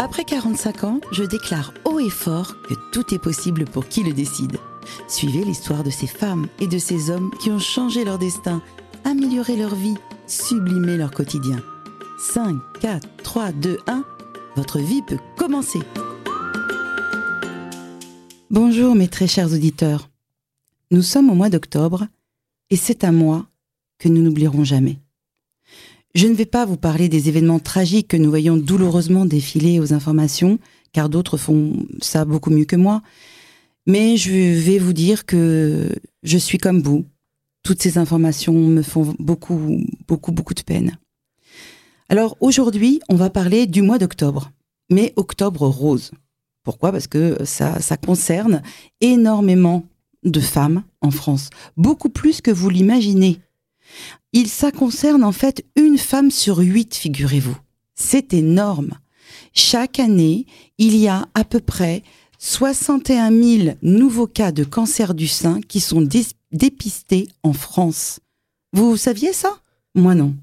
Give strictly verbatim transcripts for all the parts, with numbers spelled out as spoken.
Après quarante-cinq ans, je déclare haut et fort que tout est possible pour qui le décide. Suivez l'histoire de ces femmes et de ces hommes qui ont changé leur destin, amélioré leur vie, sublimé leur quotidien. cinq, quatre, trois, deux, un, votre vie peut commencer. Bonjour mes très chers auditeurs. Nous sommes au mois d'octobre et c'est un mois que nous n'oublierons jamais. Je ne vais pas vous parler des événements tragiques que nous voyons douloureusement défiler aux informations, car d'autres font ça beaucoup mieux que moi. Mais je vais vous dire que je suis comme vous. Toutes ces informations me font beaucoup, beaucoup, beaucoup de peine. Alors aujourd'hui, on va parler du mois d'octobre, mais octobre rose. Pourquoi ? Parce que ça, ça concerne énormément de femmes en France, beaucoup plus que vous l'imaginez. Il, ça concerne en fait une femme sur huit, figurez-vous. C'est énorme. Chaque année, il y a à peu près soixante et un mille nouveaux cas de cancer du sein qui sont dé- dépistés en France. Vous saviez ça ? Moi non.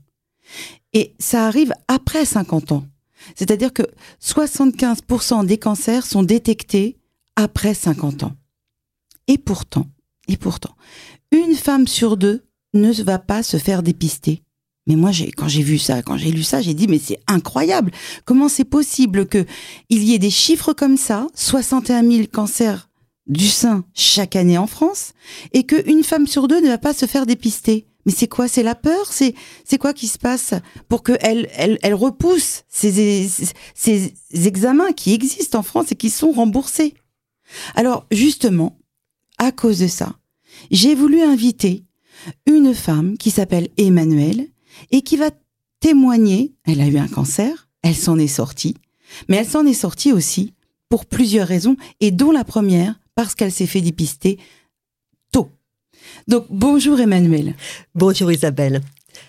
Et ça arrive après cinquante ans. C'est-à-dire que soixante-quinze pour cent des cancers sont détectés après cinquante ans. Et pourtant, et pourtant, une femme sur deux ne va pas se faire dépister. Mais moi, j'ai, quand j'ai vu ça, quand j'ai lu ça, j'ai dit, mais c'est incroyable. Comment c'est possible qu'il y ait des chiffres comme ça, soixante et un mille cancers du sein chaque année en France, et qu'une femme sur deux ne va pas se faire dépister? Mais c'est quoi? C'est la peur? C'est, c'est quoi qui se passe pour qu'elle elle, elle repousse ces, ces examens qui existent en France et qui sont remboursés? Alors, justement, à cause de ça, j'ai voulu inviter une femme qui s'appelle Emmanuelle et qui va témoigner. Elle a eu un cancer, elle s'en est sortie, mais elle s'en est sortie aussi pour plusieurs raisons, et dont la première, parce qu'elle s'est fait dépister tôt. Donc, bonjour Emmanuelle. Bonjour Isabelle.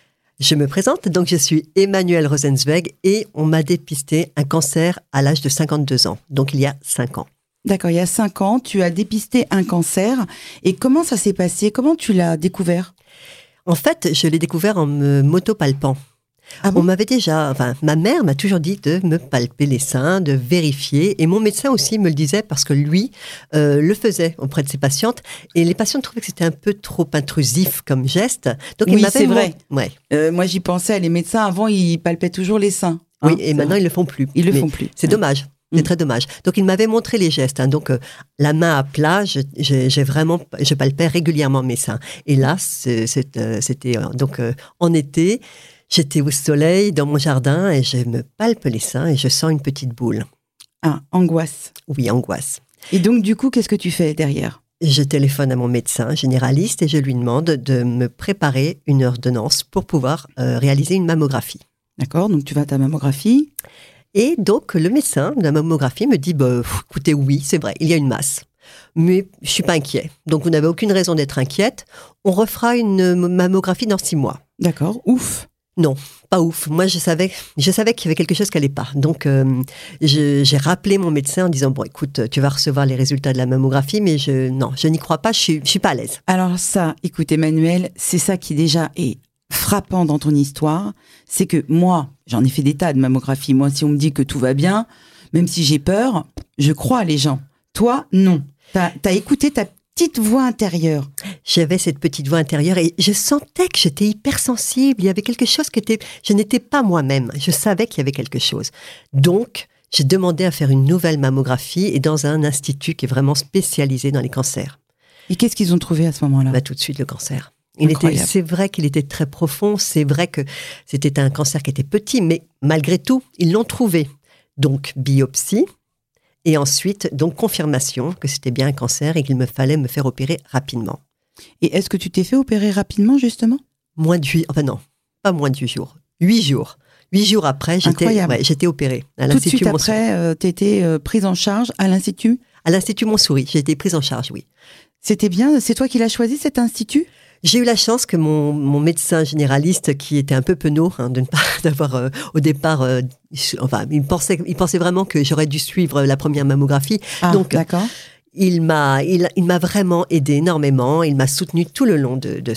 Je me présente, donc je suis Emmanuelle Rosenzweig et on m'a dépisté un cancer à l'âge de cinquante-deux ans, donc il y a cinq ans. D'accord, il y a cinq ans, tu as dépisté un cancer. Et comment ça s'est passé? Comment tu l'as découvert? En fait, je l'ai découvert en me m'auto-palpant. Ah bon? On m'avait déjà, enfin, ma mère m'a toujours dit de me palper les seins, de vérifier. Et mon médecin aussi me le disait parce que lui euh, le faisait auprès de ses patientes. Et les patientes trouvaient que c'était un peu trop intrusif comme geste. Donc, oui, il m'avait c'est vrai. Mon... Ouais. Euh, moi, j'y pensais. Les médecins, avant, ils palpaient toujours les seins. Hein, oui, et maintenant, vrai. ils le font plus. Ils le Mais font plus. C'est ouais. dommage. C'est très dommage. Donc, il m'avait montré les gestes. Hein. Donc, euh, la main à plat, je, je, j'ai vraiment, je palpais régulièrement mes seins. Et là, c'est, c'est, euh, c'était euh, donc euh, en été, j'étais au soleil dans mon jardin et je me palpe les seins et je sens une petite boule. Ah, angoisse. Oui, angoisse. Et donc, du coup, qu'est-ce que tu fais derrière? Je téléphone à mon médecin généraliste et je lui demande de me préparer une ordonnance pour pouvoir euh, réaliser une mammographie. D'accord, donc tu vas à ta mammographie. Et donc, le médecin de la mammographie me dit, bah, écoutez, oui, c'est vrai, il y a une masse. Mais je ne suis pas inquiet. Donc, vous n'avez aucune raison d'être inquiète. On refera une mammographie dans six mois. D'accord, ouf. Non, pas ouf. Moi, je savais, je savais qu'il y avait quelque chose qui n'allait pas. Donc, euh, je, j'ai rappelé mon médecin en disant, bon, écoute, tu vas recevoir les résultats de la mammographie, mais je, non, je n'y crois pas, je ne suis pas à l'aise. Alors ça, écoute Emmanuelle, c'est ça qui déjà est frappant dans ton histoire, c'est que moi, j'en ai fait des tas de mammographies. Moi, si on me dit que tout va bien, même si j'ai peur, je crois à les gens. Toi, non. T'as, t'as écouté ta petite voix intérieure. J'avais cette petite voix intérieure et je sentais que j'étais hypersensible. Il y avait quelque chose qui était... Je n'étais pas moi-même. Je savais qu'il y avait quelque chose. Donc, j'ai demandé à faire une nouvelle mammographie et dans un institut qui est vraiment spécialisé dans les cancers. Et qu'est-ce qu'ils ont trouvé à ce moment-là? Bah, tout de suite, le cancer. Il était, c'est vrai qu'il était très profond, c'est vrai que c'était un cancer qui était petit, mais malgré tout, ils l'ont trouvé. Donc, biopsie, et ensuite, donc, confirmation que c'était bien un cancer et qu'il me fallait me faire opérer rapidement. Et est-ce que tu t'es fait opérer rapidement, justement? Moins de huit, enfin non, pas moins de huit jours, huit jours. Huit jours après, j'étais, ouais, j'étais opérée à l'Institut Tout de suite Montsouris. après, euh, tu étais euh, prise en charge à l'Institut? À l'Institut Montsouris, j'ai été prise en charge, oui. C'était bien, c'est toi qui l'as choisi, cet institut? J'ai eu la chance que mon, mon médecin généraliste, qui était un peu penaud, hein, de ne pas d'avoir euh, au départ, euh, enfin, il pensait, il pensait vraiment que j'aurais dû suivre la première mammographie. Ah, donc, d'accord. Il m'a, il, il m'a vraiment aidé énormément. Il m'a soutenu tout le long de, de ce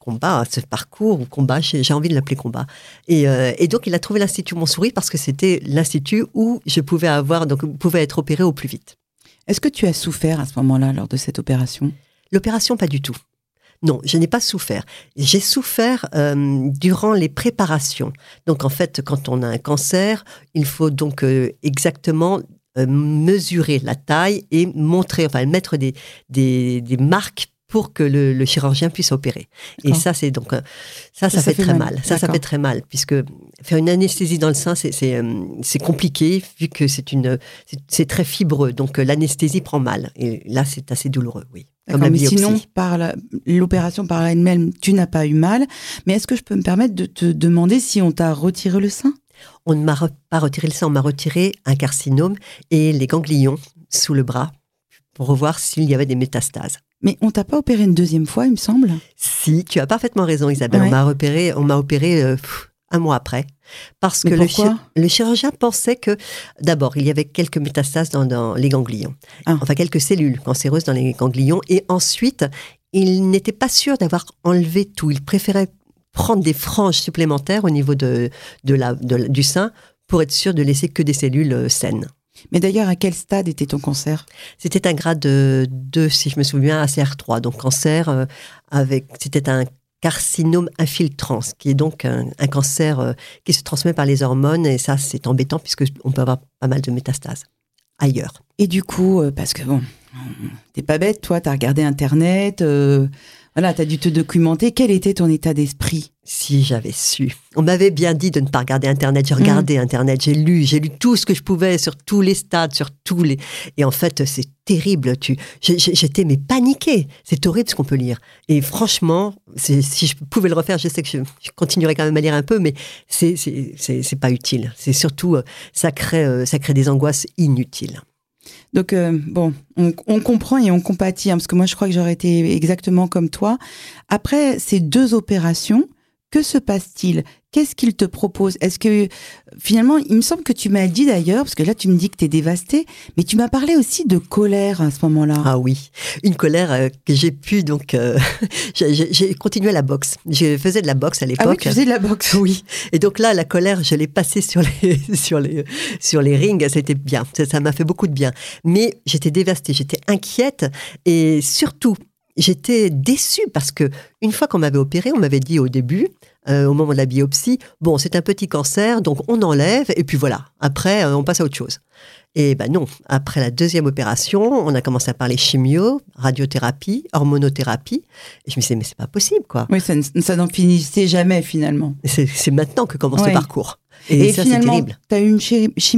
combat, ce parcours ou combat, j'ai, j'ai envie de l'appeler combat. Et, euh, et donc, il a trouvé l'Institut Montsouris parce que c'était l'Institut où je pouvais avoir, donc, pouvais être opérée au plus vite. Est-ce que tu as souffert à ce moment-là, lors de cette opération ? L'opération, pas du tout. Non, je n'ai pas souffert. J'ai souffert euh, durant les préparations. Donc, en fait, quand on a un cancer, il faut donc euh, exactement euh, mesurer la taille et montrer, enfin, mettre des, des, des marques pour que le, le chirurgien puisse opérer. D'accord. Et ça, c'est donc, ça, ça, ça, ça fait, fait très mal. mal. Ça, ça fait très mal, puisque faire une anesthésie dans le sein, c'est, c'est, c'est compliqué, vu que c'est, une, c'est, c'est très fibreux. Donc, l'anesthésie prend mal. Et là, c'est assez douloureux, oui. Comme la mais biopsie. Sinon, par la, l'opération par elle-même, tu n'as pas eu mal. Mais est-ce que je peux me permettre de te demander si on t'a retiré le sein ? On ne m'a re- pas retiré le sein, on m'a retiré un carcinome et les ganglions sous le bras pour revoir s'il y avait des métastases. Mais on t'a pas opéré une deuxième fois, il me semble ? Si, tu as parfaitement raison, Isabelle. Ouais. On m'a opéré, on m'a opéré euh, pff, un mois après. Parce Mais que le, chi- le chirurgien pensait que, d'abord, il y avait quelques métastases dans, dans les ganglions. Ah. Enfin, quelques cellules cancéreuses dans les ganglions. Et ensuite, il n'était pas sûr d'avoir enlevé tout. Il préférait prendre des franges supplémentaires au niveau de, de la, de, du sein pour être sûr de laisser que des cellules euh, saines. Mais d'ailleurs, à quel stade était ton cancer ? C'était un grade deux, si je me souviens, A C R trois. Donc, cancer euh, avec... C'était un carcinome infiltrant, qui est donc un, un cancer euh, qui se transmet par les hormones. Et ça, c'est embêtant puisqu'on peut avoir pas mal de métastases ailleurs. Et du coup, euh, parce que bon, t'es pas bête, toi, t'as regardé Internet... Euh... Voilà, tu as dû te documenter. Quel était ton état d'esprit ? Si j'avais su. On m'avait bien dit de ne pas regarder Internet. J'ai regardé mmh. Internet, j'ai lu, j'ai lu tout ce que je pouvais sur tous les stades, sur tous les... Et en fait, c'est terrible. Tu... J'étais mais paniquée. C'est horrible ce qu'on peut lire. Et franchement, c'est... si je pouvais le refaire, je sais que je, je continuerais quand même à lire un peu, mais c'est, c'est, c'est, c'est pas utile. C'est surtout, ça crée, ça crée des angoisses inutiles. Donc, euh, bon, on, on comprend et on compatit, hein, parce que moi, je crois que j'aurais été exactement comme toi. Après ces deux opérations, que se passe-t-il ? Qu'est-ce qu'il te propose ? Est-ce que, finalement, il me semble que tu m'as dit d'ailleurs, parce que là, tu me dis que tu es dévastée, mais tu m'as parlé aussi de colère à ce moment-là. Ah oui, une colère euh, que j'ai pu, donc, euh, j'ai, j'ai continué la boxe. Je faisais de la boxe à l'époque. Ah oui, tu faisais de la boxe ? Oui. Et donc là, la colère, je l'ai passée sur les, sur les, sur les rings, c'était bien. Ça, ça m'a fait beaucoup de bien. Mais j'étais dévastée, j'étais inquiète et surtout, j'étais déçue parce que une fois qu'on m'avait opérée, on m'avait dit au début, euh, au moment de la biopsie, bon, c'est un petit cancer, donc on enlève et puis voilà. Après, euh, on passe à autre chose. Et ben non. Après la deuxième opération, on a commencé à parler chimio, radiothérapie, hormonothérapie. Et je me disais, mais c'est pas possible, quoi. Oui, ça, ça n'en finissait jamais finalement. C'est, c'est maintenant que commence oui. le parcours. Et, et ça, finalement, tu as eu une chimiothérapie ?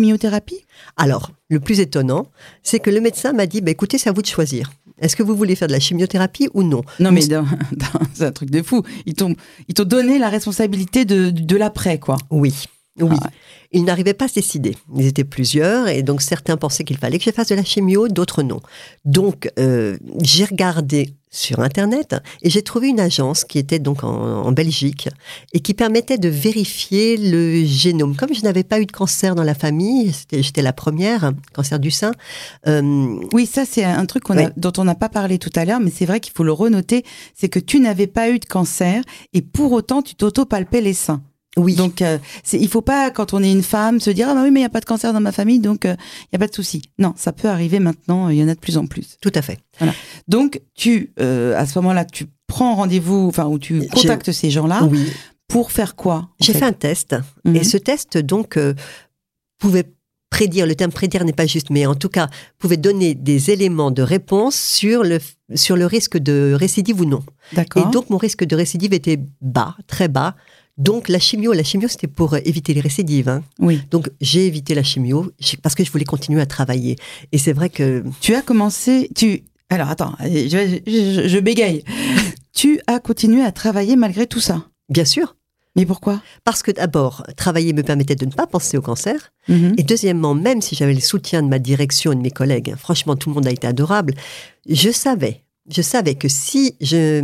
Alors, le plus étonnant, c'est que le médecin m'a dit, bah, écoutez, c'est à vous de choisir. Est-ce que vous voulez faire de la chimiothérapie ou non ? Non, mais dans, dans, c'est un truc de fou. Ils t'ont, ils t'ont donné la responsabilité de, de l'après, quoi. Oui, oui. Ah ouais. Ils n'arrivaient pas à se décider. Ils étaient plusieurs et donc certains pensaient qu'il fallait que je fasse de la chimio, d'autres non. Donc, euh, j'ai regardé sur Internet et j'ai trouvé une agence qui était donc en, en Belgique et qui permettait de vérifier le génome. Comme je n'avais pas eu de cancer dans la famille, c'était, j'étais la première, cancer du sein. Euh, oui, ça c'est un truc qu'on a, oui. dont on n'a pas parlé tout à l'heure, mais c'est vrai qu'il faut le renoter, c'est que tu n'avais pas eu de cancer et pour autant tu t'auto-palpais les seins. Oui. Donc, euh, c'est, il faut pas, quand on est une femme, se dire « Ah bah oui, mais il n'y a pas de cancer dans ma famille, donc il euh, n'y a pas de souci. » Non, ça peut arriver maintenant, il y en a de plus en plus. Tout à fait. Voilà. Donc, tu, euh, à ce moment-là, tu prends rendez-vous, enfin, ou tu contactes J'ai... ces gens-là oui. pour faire quoi ? J'ai fait, fait un test, mm-hmm. et ce test, donc, euh, pouvait prédire, le terme prédire n'est pas juste, mais en tout cas, pouvait donner des éléments de réponse sur le, sur le risque de récidive ou non. D'accord. Et donc, mon risque de récidive était bas, très bas. Donc, la chimio, la chimio, c'était pour éviter les récidives. Hein. Oui. Donc, j'ai évité la chimio parce que je voulais continuer à travailler. Et c'est vrai que... Tu as commencé... Tu... Alors, attends, je, je, je bégaye. Tu as continué à travailler malgré tout ça ? Bien sûr. Mais pourquoi ? Parce que d'abord, travailler me permettait de ne pas penser au cancer. Mm-hmm. Et deuxièmement, même si j'avais le soutien de ma direction et de mes collègues, franchement, tout le monde a été adorable, je savais, je savais que si je,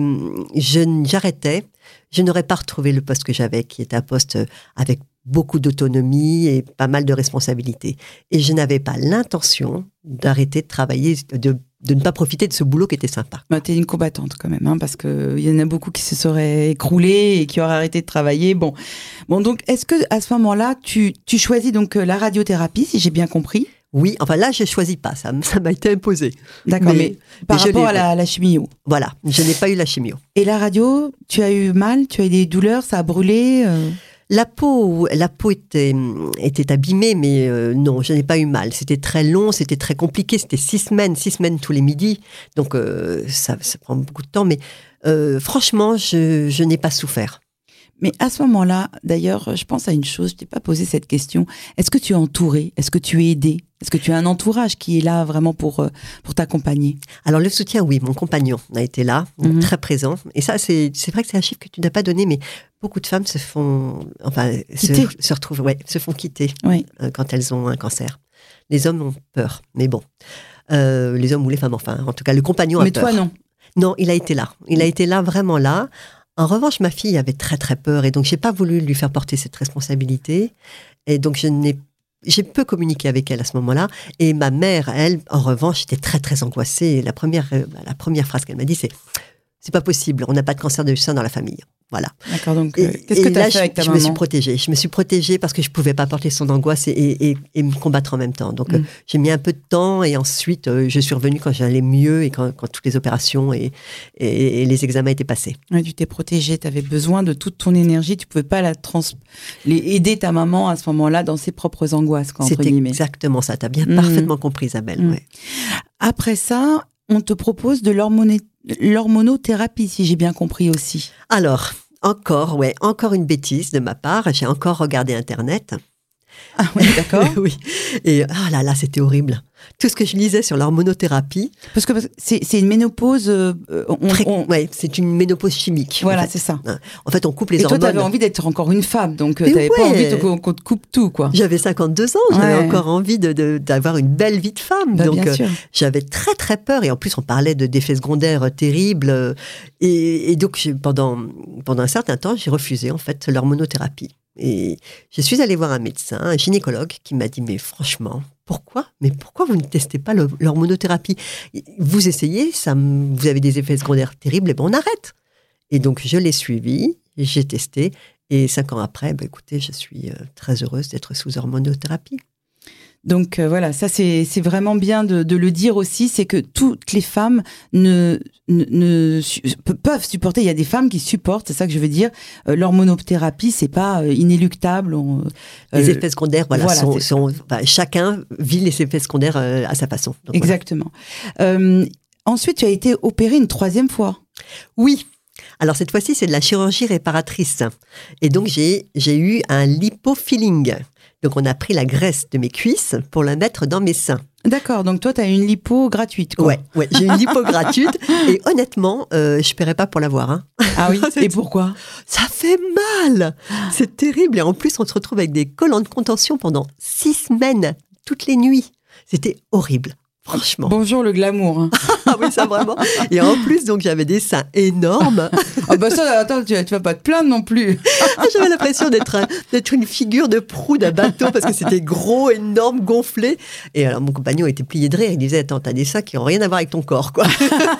je, j'arrêtais, je n'aurais pas retrouvé le poste que j'avais, qui était un poste avec beaucoup d'autonomie et pas mal de responsabilités. Et je n'avais pas l'intention d'arrêter de travailler, de de ne pas profiter de ce boulot qui était sympa. Bah, t'es une combattante quand même, hein, parce qu'il y en a beaucoup qui se seraient écroulés et qui auraient arrêté de travailler. Bon, bon donc, est-ce que à ce moment-là, tu, tu choisis donc la radiothérapie, si j'ai bien compris? Oui, enfin là, je ne choisis pas, ça, ça m'a été imposé. D'accord, mais, mais par mais rapport à la, la chimio. Voilà, je n'ai pas eu la chimio. Et la radio, tu as eu mal, tu as eu des douleurs, ça a brûlé euh... La peau, la peau était, était abîmée, mais euh, non, je n'ai pas eu mal. C'était très long, c'était très compliqué. C'était six semaines, six semaines tous les midis. Donc, euh, ça, ça prend beaucoup de temps. Mais euh, franchement, je, je n'ai pas souffert. Mais à ce moment-là, d'ailleurs, je pense à une chose, je t'ai pas posé cette question. Est-ce que tu es entourée? Est-ce que tu es aidée? Est-ce que tu as un entourage qui est là vraiment pour, pour t'accompagner? Alors le soutien, oui, mon compagnon a été là, mm-hmm. très présent. Et ça, c'est, c'est vrai que c'est un chiffre que tu n'as pas donné, mais beaucoup de femmes se font, enfin, se, se retrouvent, ouais, se font quitter oui. euh, quand elles ont un cancer. Les hommes ont peur, mais bon, euh, les hommes ou les femmes, enfin, en tout cas, le compagnon a mais peur. Mais toi, non? Non, il a été là. Il a été là, vraiment là. En revanche, ma fille avait très très peur et donc j'ai pas voulu lui faire porter cette responsabilité et donc je n'ai j'ai peu communiqué avec elle à ce moment-là et ma mère, elle, en revanche, était très très angoissée. La première la première phrase qu'elle m'a dit, c'est c'est pas possible, on n'a pas de cancer du sein dans la famille. Voilà. D'accord, donc euh, qu'est-ce que tu as fait avec ta je maman? Je me suis protégée. Je me suis protégée parce que je ne pouvais pas porter son angoisse et, et, et, et me combattre en même temps. Donc, mm. euh, j'ai mis un peu de temps et ensuite, euh, je suis revenue quand j'allais mieux et quand, quand toutes les opérations et, et, et les examens étaient passés. Ouais, tu t'es protégée, tu avais besoin de toute ton énergie. Tu ne pouvais pas la trans... les... aider ta maman à ce moment-là dans ses propres angoisses. Quoi, C'était exactement ça. Tu as bien mm. parfaitement compris, Isabelle. Mm. Ouais. Après ça, on te propose de l'hormoné... l'hormonothérapie, si j'ai bien compris aussi. Alors... Encore, ouais, encore une bêtise de ma part. J'ai encore regardé Internet. Ah oui, d'accord. Oui. Et ah là là, c'était horrible. Tout ce que je lisais sur l'hormonothérapie. Parce que c'est, c'est une ménopause. Euh, on, Très, on... Ouais, c'est une ménopause chimique. Voilà, en fait. c'est ça. En fait, on coupe les Et hormones. Et toi, tu avais envie d'être encore une femme, donc tu n'avais ouais. pas envie qu'on, qu'on te coupe tout, quoi. J'avais cinquante-deux ans, j'avais ouais. encore envie de, de, d'avoir une belle vie de femme. Bah, donc, bien euh, sûr. J'avais très, très peur. Et en plus, on parlait de, d'effets secondaires terribles. Et, et donc, j'ai, pendant, pendant un certain temps, j'ai refusé, en fait, l'hormonothérapie. Et je suis allée voir un médecin, un gynécologue, qui m'a dit, mais franchement, pourquoi Mais pourquoi vous ne testez pas le, l'hormonothérapie? Vous essayez, ça, vous avez des effets secondaires terribles, et ben on arrête. Et donc, je l'ai suivi, j'ai testé, et cinq ans après, ben écoutez, je suis euh, très heureuse d'être sous hormonothérapie. Donc euh, voilà, ça c'est, c'est vraiment bien de, de le dire aussi, c'est que toutes les femmes ne, ne, ne su, peuvent supporter, il y a des femmes qui supportent, c'est ça que je veux dire, euh, l'hormonothérapie, c'est pas euh, inéluctable. On, euh, les effets secondaires, voilà, voilà sont, sont, bah, chacun vit les effets secondaires euh, à sa façon. Donc, exactement. Voilà. Euh, ensuite, tu as été opérée une troisième fois. Oui. Alors cette fois-ci, c'est de la chirurgie réparatrice. Et donc j'ai, j'ai eu un lipofilling. Donc, on a pris la graisse de mes cuisses pour la mettre dans mes seins. D'accord, donc toi, tu as une lipo gratuite, quoi. Ouais, ouais, j'ai une lipo gratuite. Et honnêtement, euh, je ne paierais pas pour l'avoir. Hein. Ah oui, et pourquoi? Ça fait mal. C'est terrible. Et en plus, on se retrouve avec des collants de contention pendant six semaines, toutes les nuits. C'était horrible. Franchement. Bonjour le glamour. Hein. Ah oui, ça vraiment. Et en plus, donc j'avais des seins énormes. Ah bah ça, attends, tu, tu vas pas te plaindre non plus. Ah, j'avais l'impression d'être, un, d'être une figure de proue d'un bateau parce que c'était gros, énorme, gonflé. Et alors mon compagnon était plié de rire. Il disait, attends, t'as des seins qui n'ont rien à voir avec ton corps, quoi.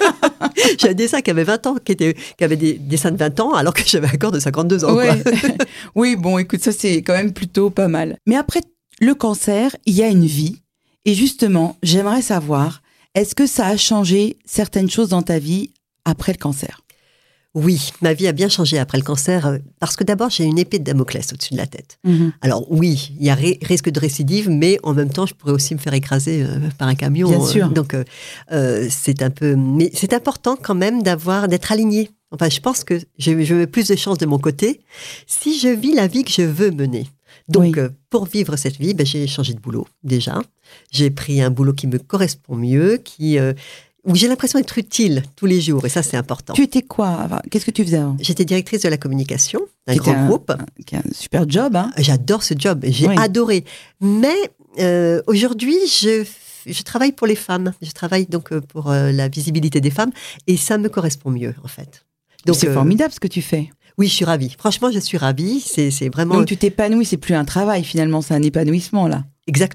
J'avais des seins qui avaient vingt ans, qui, étaient, qui avaient des, des seins de vingt ans, alors que j'avais un corps de cinquante-deux ans. Ouais. Quoi. Oui, bon, écoute, ça c'est quand même plutôt pas mal. Mais après le cancer, il y a une vie. Et justement, j'aimerais savoir, est-ce que ça a changé certaines choses dans ta vie après le cancer? Oui, ma vie a bien changé après le cancer, parce que d'abord, j'ai une épée de Damoclès au-dessus de la tête. Mmh. Alors oui, il y a ré- risque de récidive, mais en même temps, je pourrais aussi me faire écraser euh, par un camion. Bien sûr. Euh, donc, euh, euh, c'est un peu... Mais c'est important quand même d'avoir, d'être aligné. Enfin, je pense que je, je mets plus de chance de mon côté si je vis la vie que je veux mener. Donc, oui. euh, pour vivre cette vie, ben, j'ai changé de boulot, déjà. J'ai pris un boulot qui me correspond mieux, qui, euh, où j'ai l'impression d'être utile tous les jours, et ça, c'est important. Tu étais quoi? Enfin, qu'est-ce que tu faisais avant? J'étais directrice de la communication d'un qui grand un, groupe. Un, qui est un super job, hein? J'adore ce job, j'ai oui. adoré. Mais euh, aujourd'hui, je... Je travaille pour les femmes. Je travaille donc pour euh, la visibilité des femmes, et ça me correspond mieux, en fait. Donc, c'est euh, formidable ce que tu fais. Oui, je suis ravie. Franchement, je suis ravie. C'est, c'est vraiment... Donc, tu t'épanouis. C'est plus un travail, finalement. C'est un épanouissement, là. Exactement.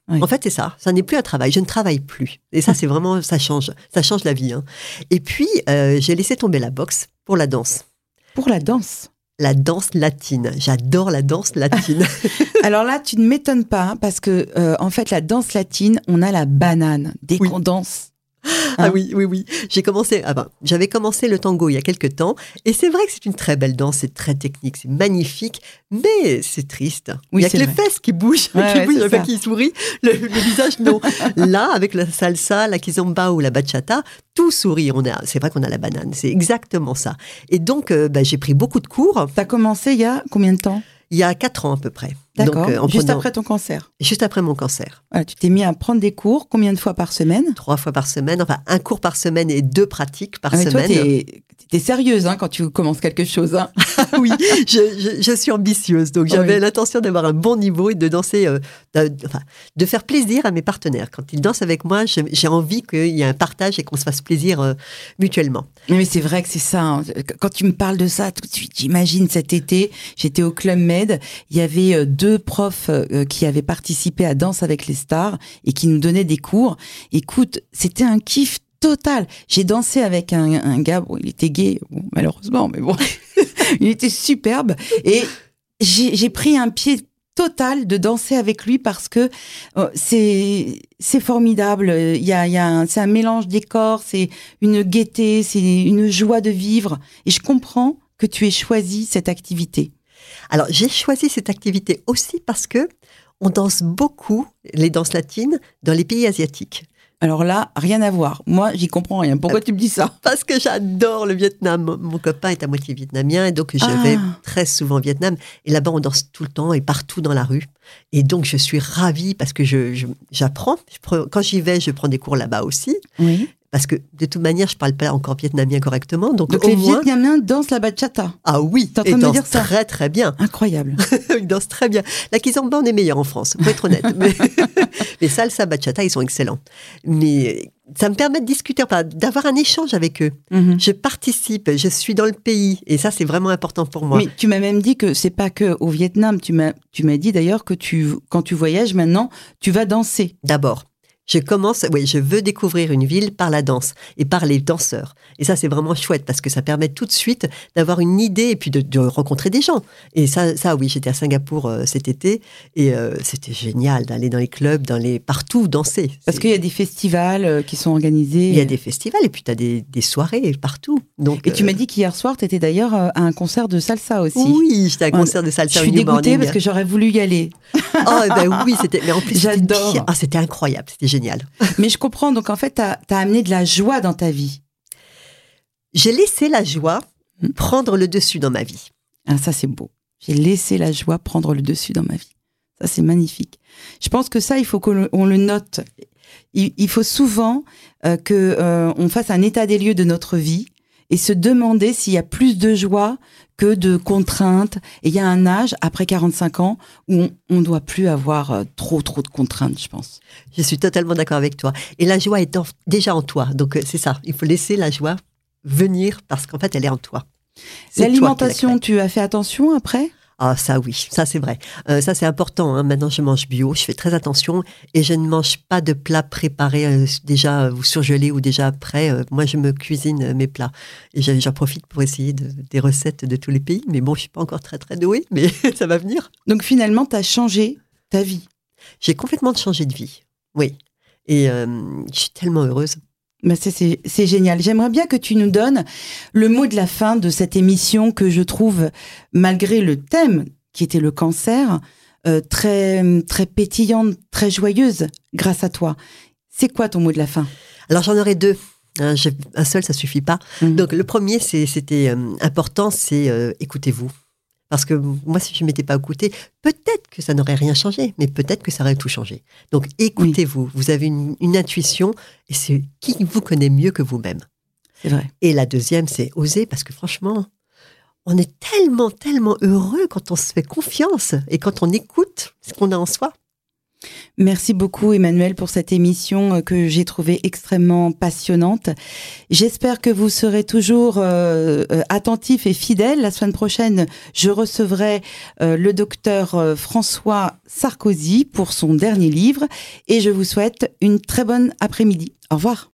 Oui. En fait, c'est ça. Ça n'est plus un travail. Je ne travaille plus. Et ça, c'est vraiment, ça change. Ça change la vie. Hein. Et puis, euh, j'ai laissé tomber la boxe pour la danse. Pour la danse? La danse latine. J'adore la danse latine. Alors là, tu ne m'étonnes pas, hein, parce que, euh, en fait, la danse latine, on a la banane. Dès oui. qu'on danse. Ah hein? oui, oui, oui. J'ai commencé, ah ben, j'avais commencé le tango il y a quelques temps, et c'est vrai que c'est une très belle danse, c'est très technique, c'est magnifique, mais c'est triste. Oui, il y a que les vrai. fesses qui bougent, ouais, qui, ouais, bougent enfin, qui sourient, le, le visage non. Là, avec la salsa, la kizomba ou la bachata, tout sourit. On a, c'est vrai qu'on a la banane, c'est exactement ça. Et donc, euh, bah, j'ai pris beaucoup de cours. Tu as commencé il y a combien de temps? Il y a quatre ans à peu près. D'accord, donc, euh, juste prenant... après ton cancer. Juste après mon cancer. Voilà, tu t'es mis à prendre des cours, combien de fois par semaine? Trois fois par semaine, enfin un cours par semaine et deux pratiques par ah, semaine. Toi, t'es, t'es sérieuse hein, quand tu commences quelque chose. Hein. Oui, je, je, je suis ambitieuse, donc j'avais oui. l'intention d'avoir un bon niveau et de danser, euh, de, enfin, de faire plaisir à mes partenaires. Quand ils dansent avec moi, je, j'ai envie qu'il y ait un partage et qu'on se fasse plaisir euh, mutuellement. Mais c'est vrai que c'est ça. Hein. Quand tu me parles de ça, tout de suite, j'imagine cet été, j'étais au Club Med, il y avait deux profs euh, qui avaient participé à Danse avec les stars et qui nous donnaient des cours. Écoute, c'était un kiff total. J'ai dansé avec un, un gars, bon, il était gay, bon, malheureusement, mais bon, il était superbe. Et j'ai, j'ai pris un pied total de danser avec lui parce que euh, c'est c'est formidable. Il y a il y a un, c'est un mélange des corps, c'est une gaieté, c'est une joie de vivre. Et je comprends que tu aies choisi cette activité. Alors j'ai choisi cette activité aussi parce que on danse beaucoup les danses latines dans les pays asiatiques. Alors là, rien à voir. Moi, j'y comprends rien. Pourquoi tu me dis ça? Parce que j'adore le Vietnam. Mon copain est à moitié vietnamien, et donc je ah. vais très souvent au Vietnam. Et là-bas, on danse tout le temps et partout dans la rue. Et donc, je suis ravie parce que je, je, j'apprends. Quand j'y vais, je prends des cours là-bas aussi. Oui. Parce que de toute manière, je ne parle pas encore vietnamien correctement. Donc, donc au les moins... Vietnamiens dansent la bachata. Ah oui, t'es en train de me dire ça? Très très bien. Incroyable. Ils dansent très bien. La kizomba, on est meilleur en France, faut être honnête. Mais les salsa, bachata, ils sont excellents. Mais ça me permet de discuter, enfin, d'avoir un échange avec eux. Mm-hmm. Je participe, je suis dans le pays, et ça, c'est vraiment important pour moi. Mais tu m'as même dit que c'est pas que au Vietnam. Tu m'as, tu m'as dit d'ailleurs que tu, quand tu voyages maintenant, tu vas danser. D'abord. Je commence, oui, je veux découvrir une ville par la danse et par les danseurs. Et ça, c'est vraiment chouette parce que ça permet tout de suite d'avoir une idée et puis de, de rencontrer des gens. Et ça, ça, oui, j'étais à Singapour euh, cet été et euh, c'était génial d'aller dans les clubs, dans les partout danser. Parce c'est... qu'il y a des festivals euh, qui sont organisés. Il y a des festivals et puis tu as des, des soirées partout. Donc, et tu euh... m'as dit qu'hier soir, tu étais d'ailleurs euh, à un concert de salsa aussi. Oui, j'étais à un concert de salsa. Je suis dégoûtée parce que j'aurais voulu y aller. Oh, ben oui, c'était. Mais en plus, j'adore. C'était, ah, c'était incroyable, c'était génial. Mais je comprends, donc en fait, tu as amené de la joie dans ta vie. J'ai laissé la joie prendre le dessus dans ma vie. Ah, ça, c'est beau. J'ai laissé la joie prendre le dessus dans ma vie. Ça, c'est magnifique. Je pense que ça, il faut qu'on le note. Il, il faut souvent euh, qu'on euh, fasse un état des lieux de notre vie et se demander s'il y a plus de joie que de contraintes. Et il y a un âge, après quarante-cinq ans, où on ne doit plus avoir euh, trop, trop de contraintes, je pense. Je suis totalement d'accord avec toi. Et la joie est en, déjà en toi. Donc, euh, c'est ça. Il faut laisser la joie venir parce qu'en fait, elle est en toi. C'est l'alimentation, tu as fait attention après ? Ah, ça oui, ça c'est vrai. Euh, ça c'est important. Hein. Maintenant, je mange bio, je fais très attention et je ne mange pas de plats préparés euh, déjà ou surgelés ou déjà prêts. Euh, moi, je me cuisine euh, mes plats et j'en profite pour essayer de, des recettes de tous les pays. Mais bon, je suis pas encore très très douée, mais ça va venir. Donc finalement, tu as changé ta vie. J'ai complètement changé de vie, oui. Et euh, je suis tellement heureuse. Ben c'est, c'est, c'est génial. J'aimerais bien que tu nous donnes le mot de la fin de cette émission que je trouve, malgré le thème qui était le cancer, euh, très, très pétillante, très joyeuse grâce à toi. C'est quoi ton mot de la fin ? Alors j'en aurais deux. Hein, je, un seul, ça suffit pas. Mmh. Donc le premier, c'est, c'était euh, important, c'est euh, écoutez-vous. Parce que moi, si je ne m'étais pas écoutée, peut-être que ça n'aurait rien changé, mais peut-être que ça aurait tout changé. Donc, écoutez-vous. Oui. Vous avez une, une intuition et c'est qui vous connaît mieux que vous-même. C'est vrai. Et la deuxième, c'est oser parce que franchement, on est tellement, tellement heureux quand on se fait confiance et quand on écoute ce qu'on a en soi. Merci beaucoup Emmanuel pour cette émission que j'ai trouvée extrêmement passionnante. J'espère que vous serez toujours euh, attentifs et fidèles. La semaine prochaine, je recevrai euh, le docteur euh, François Sarkozy pour son dernier livre et je vous souhaite une très bonne après-midi. Au revoir.